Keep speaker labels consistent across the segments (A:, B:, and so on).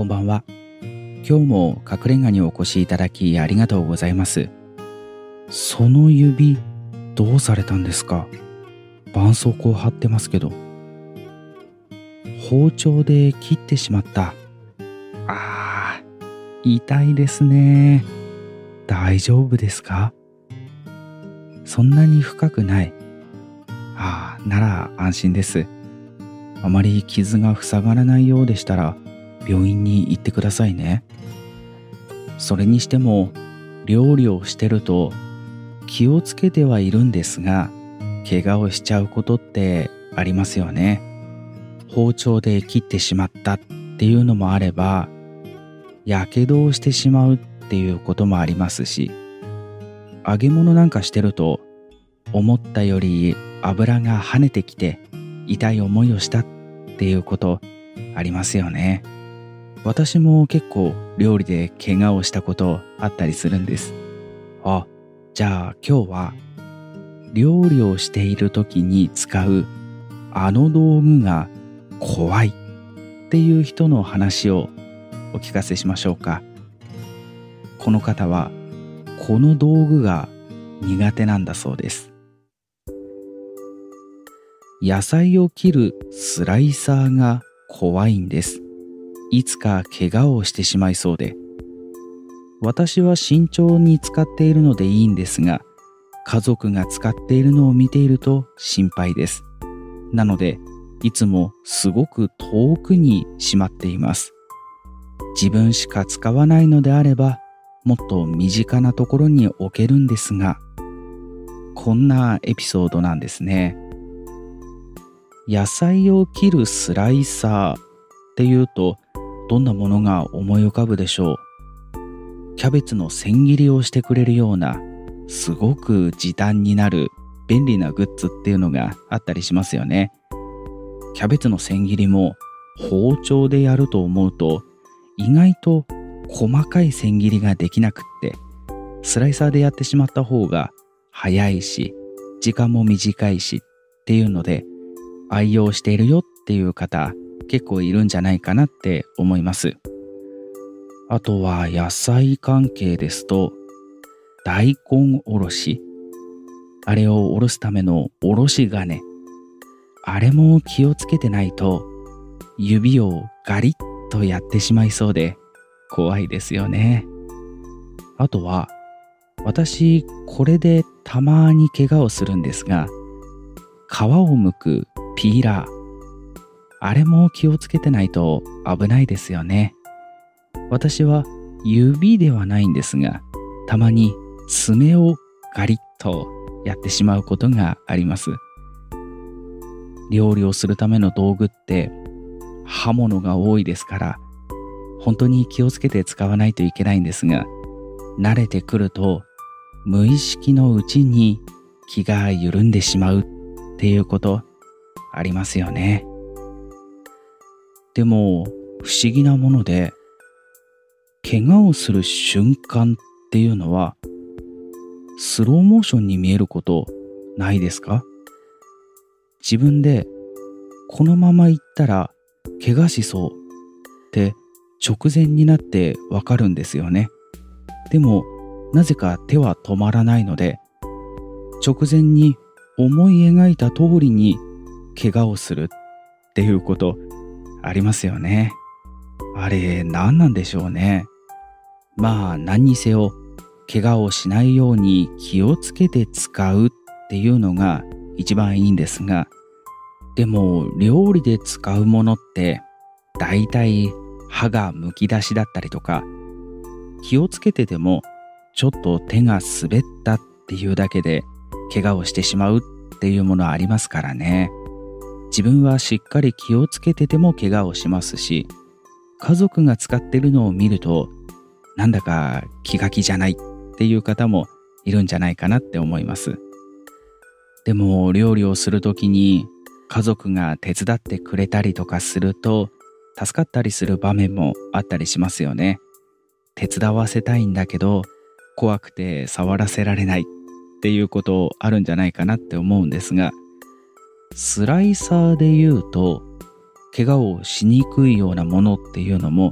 A: こんばんは。今日も隠れ家にお越しいただきありがとうございます。その指どうされたんですか？絆創膏貼ってますけど。包丁で切ってしまった。痛いですね。大丈夫ですか？そんなに深くない。なら安心です。あまり傷が塞がらないようでしたら病院に行ってくださいね。それにしても料理をしてると気をつけてはいるんですが、怪我をしちゃうことってありますよね。包丁で切ってしまったっていうのもあれば、やけどをしてしまうっていうこともありますし、揚げ物なんかしてると思ったより油が跳ねてきて痛い思いをしたっていうことありますよね。私も結構料理で怪我をしたことあったりするんです。じゃあ今日は料理をしている時に使うあの道具が怖いっていう人の話をお聞かせしましょうか。この方はこの道具が苦手なんだそうです。野菜を切るスライサーが怖いんです。いつか怪我をしてしまいそうで。私は慎重に使っているのでいいんですが、家族が使っているのを見ていると心配です。なので、いつもすごく遠くにしまっています。自分しか使わないのであれば、もっと身近なところに置けるんですが、こんなエピソードなんですね。野菜を切るスライサーっていうと、どんなものが思い浮かぶでしょう。キャベツの千切りをしてくれるような、すごく時短になる便利なグッズっていうのがあったりしますよね。キャベツの千切りも包丁でやると思うと意外と細かい千切りができなくって、スライサーでやってしまった方が早いし時間も短いしっていうので、愛用しているよっていう方結構いるんじゃないかなって思います。あとは野菜関係ですと、大根おろし、あれをおろすためのおろし金、あれも気をつけてないと指をガリッとやってしまいそうで怖いですよね。あとは私これでたまに怪我をするんですが、皮を剥くピーラー、あれも気をつけてないと危ないですよね。私は指ではないんですが、たまに爪をガリッとやってしまうことがあります。料理をするための道具って刃物が多いですから、本当に気をつけて使わないといけないんですが、慣れてくると無意識のうちに気が緩んでしまうっていうことありますよね。でも不思議なもので、怪我をする瞬間っていうのはスローモーションに見えることないですか？自分でこのまま行ったら怪我しそうって直前になってわかるんですよね。でもなぜか手は止まらないので、直前に思い描いた通りに怪我をするっていうことありますよね。あれ何なんでしょうね。何にせよ怪我をしないように気をつけて使うっていうのが一番いいんですが、でも料理で使うものってだいたい刃がむき出しだったりとか、気をつけててもちょっと手が滑ったっていうだけで怪我をしてしまうっていうものありますからね。自分はしっかり気をつけてても怪我をしますし、家族が使ってるのを見るとなんだか気が気じゃないっていう方もいるんじゃないかなって思います。でも料理をするときに家族が手伝ってくれたりとかすると助かったりする場面もあったりしますよね。手伝わせたいんだけど怖くて触らせられないっていうことあるんじゃないかなって思うんですが、スライサーで言うと怪我をしにくいようなものっていうのも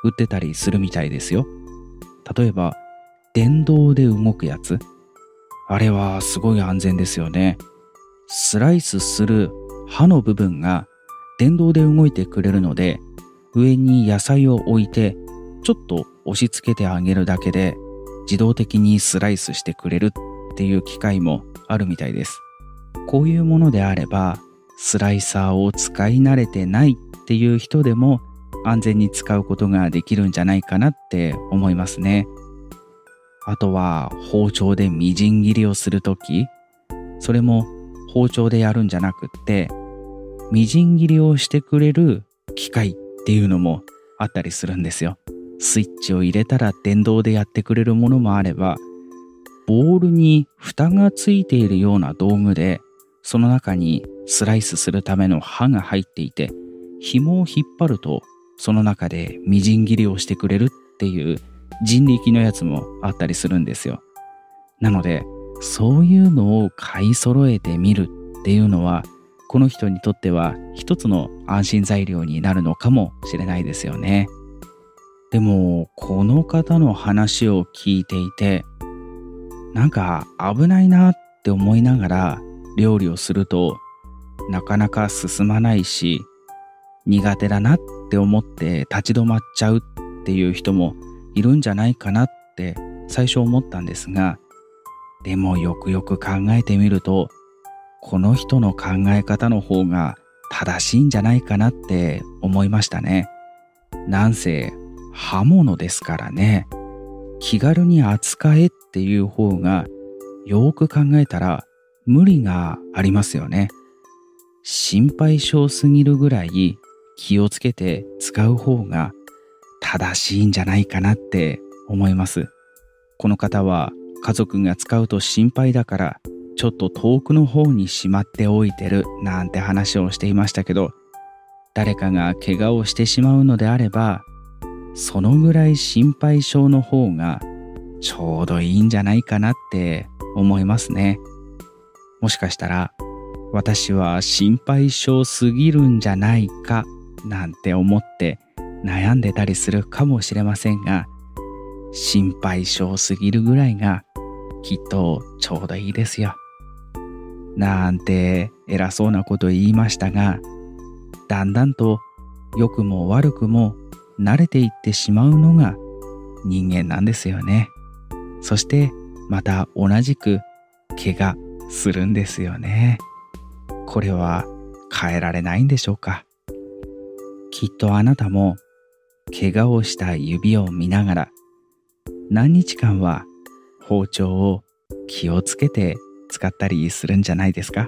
A: 売ってたりするみたいですよ。例えば電動で動くやつ、あれはすごい安全ですよね。スライスする刃の部分が電動で動いてくれるので、上に野菜を置いてちょっと押し付けてあげるだけで自動的にスライスしてくれるっていう機械もあるみたいです。こういうものであれば、スライサーを使い慣れてないっていう人でも安全に使うことができるんじゃないかなって思いますね。あとは包丁でみじん切りをするとき、それも包丁でやるんじゃなくって、みじん切りをしてくれる機械っていうのもあったりするんですよ。スイッチを入れたら電動でやってくれるものもあれば、ボウルに蓋がついているような道具で、その中にスライスするための刃が入っていて、紐を引っ張るとその中でみじん切りをしてくれるっていう人力のやつもあったりするんですよ。なのでそういうのを買い揃えてみるっていうのは、この人にとっては一つの安心材料になるのかもしれないですよね。でもこの方の話を聞いていて、なんか危ないなって思いながら料理をするとなかなか進まないし、苦手だなって思って立ち止まっちゃうっていう人もいるんじゃないかなって最初思ったんですが、でもよくよく考えてみると、この人の考え方の方が正しいんじゃないかなって思いましたね。なんせ刃物ですからね。気軽に扱えっていう方がよく考えたら無理がありますよね。心配性すぎるぐらい気をつけて使う方が正しいんじゃないかなって思います。この方は家族が使うと心配だからちょっと遠くの方にしまっておいてるなんて話をしていましたけど、誰かが怪我をしてしまうのであれば、そのぐらい心配性の方がちょうどいいんじゃないかなって思いますね。もしかしたら私は心配性すぎるんじゃないかなんて思って悩んでたりするかもしれませんが、心配性すぎるぐらいがきっとちょうどいいですよ。なんて偉そうなこと言いましたが、だんだんと良くも悪くも慣れていってしまうのが人間なんですよね。そしてまた同じく怪我するんですよね。これは変えられないんでしょうか。きっとあなたも怪我をした指を見ながら何日間は包丁を気をつけて使ったりするんじゃないですか。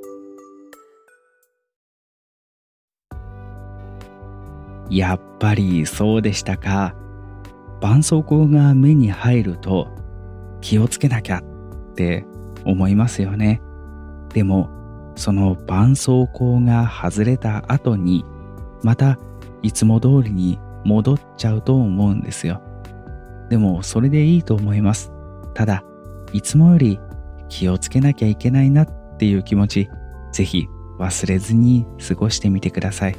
A: やっぱりそうでしたか。絆創膏が目に入ると気をつけなきゃって思いますよね。でもその絆創膏が外れた後にまたいつも通りに戻っちゃうと思うんですよ。でもそれでいいと思います。ただいつもより気をつけなきゃいけないなっていう気持ち、ぜひ忘れずに過ごしてみてください。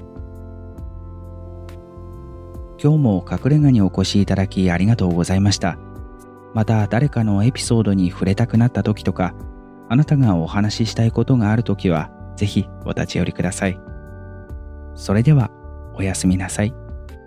A: 今日も隠れ家にお越しいただきありがとうございました。また誰かのエピソードに触れたくなった時とか、あなたがお話ししたいことがある時は、ぜひお立ち寄りください。それではおやすみなさい。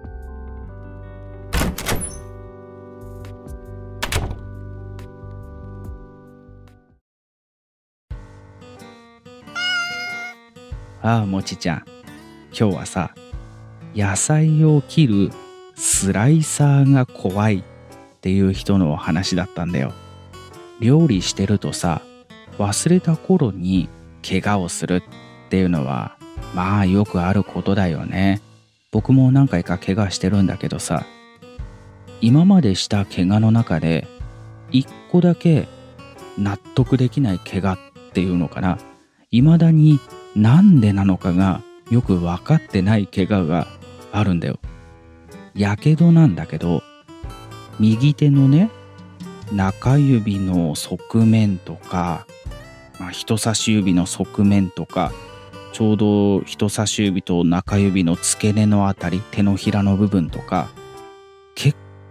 A: ああ、もちちゃん。今日はさ、野菜を切るスライサーが怖いっていう人の話だったんだよ。料理してるとさ、忘れた頃に怪我をするっていうのは、まあよくあることだよね。僕も何回か怪我してるんだけどさ、今までした怪我の中で一個だけ納得できない怪我っていうのかな、未だになんでなのかがよく分かってない怪我があるんだよ。やけどなんだけど、右手のね、中指の側面とか、人差し指の側面とか、ちょうど人差し指と中指の付け根のあたり、手のひらの部分とか、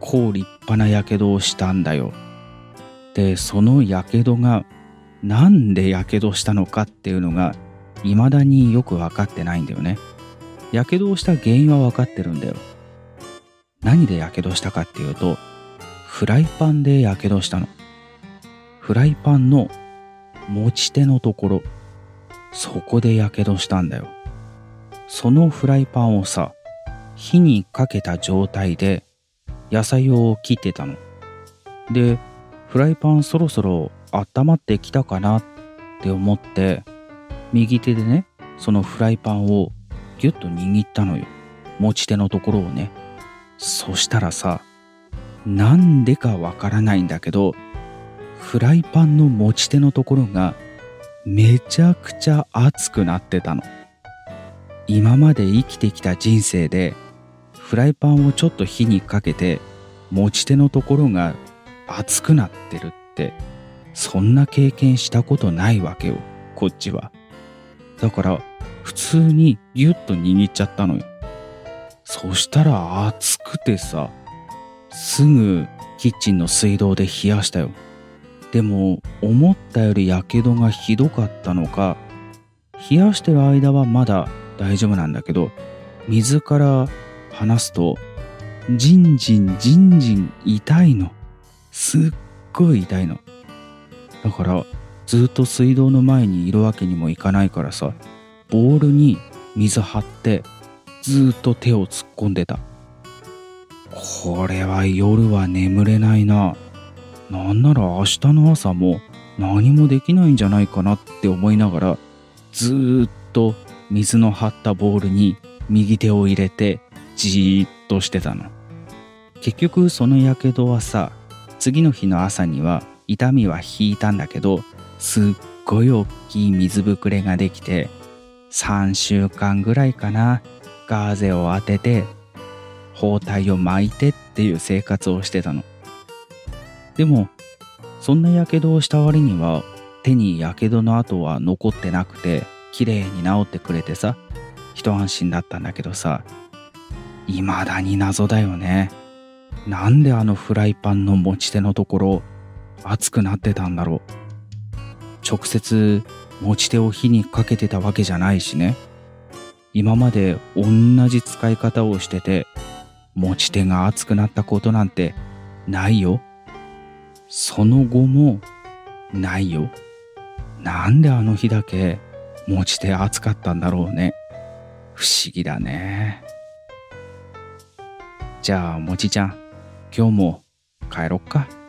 A: 構立派なやけどをしたんだよ。で、そのやけどがなんでやけどしたのかっていうのが未だによく分かってないんだよね。やけどをした原因は分かってるんだよ。何でやけどしたかっていうと、フライパンでやけどしたの。フライパンの持ち手のところ、そこでやけどしたんだよ。そのフライパンをさ、火にかけた状態で野菜を切ってたの。で、フライパンそろそろ温まってきたかなって思って、右手でね、そのフライパンをギュッと握ったのよ。持ち手のところをね。そしたらさ、なんでかわからないんだけど、フライパンの持ち手のところがめちゃくちゃ熱くなってたの。今まで生きてきた人生でフライパンをちょっと火にかけて持ち手のところが熱くなってるって、そんな経験したことないわけよ、こっちは。だから普通にギュッと握っちゃったのよ。そしたら熱くてさ、すぐキッチンの水道で冷やしたよ。でも思ったよりやけどがひどかったのか、冷やしてる間はまだ大丈夫なんだけど、水から離すとじんじん痛いの。すっごい痛いの。だからずっと水道の前にいるわけにもいかないからさ、ボウルに水張ってずっと手を突っ込んでた。これは夜は眠れないな。なんなら明日の朝も何もできないんじゃないかなって思いながら、ずーっと水の張ったボウルに右手を入れてじーっとしてたの。結局そのやけどはさ、次の日の朝には痛みは引いたんだけど、すっごい大きい水ぶくれができて、3週間ぐらいかな、ガーゼを当てて包帯を巻いてっていう生活をしてたの。でもそんなやけどをした割には手にやけどの跡は残ってなくて、綺麗に治ってくれてさ、一安心だったんだけどさ、未だに謎だよね。なんであのフライパンの持ち手のところ熱くなってたんだろう。直接持ち手を火にかけてたわけじゃないしね。今まで同じ使い方をしてて持ち手が熱くなったことなんてないよ。その後もないよ。なんであの日だけ持ち手熱かったんだろうね。不思議だね。じゃあもちちゃん、今日も帰ろっか。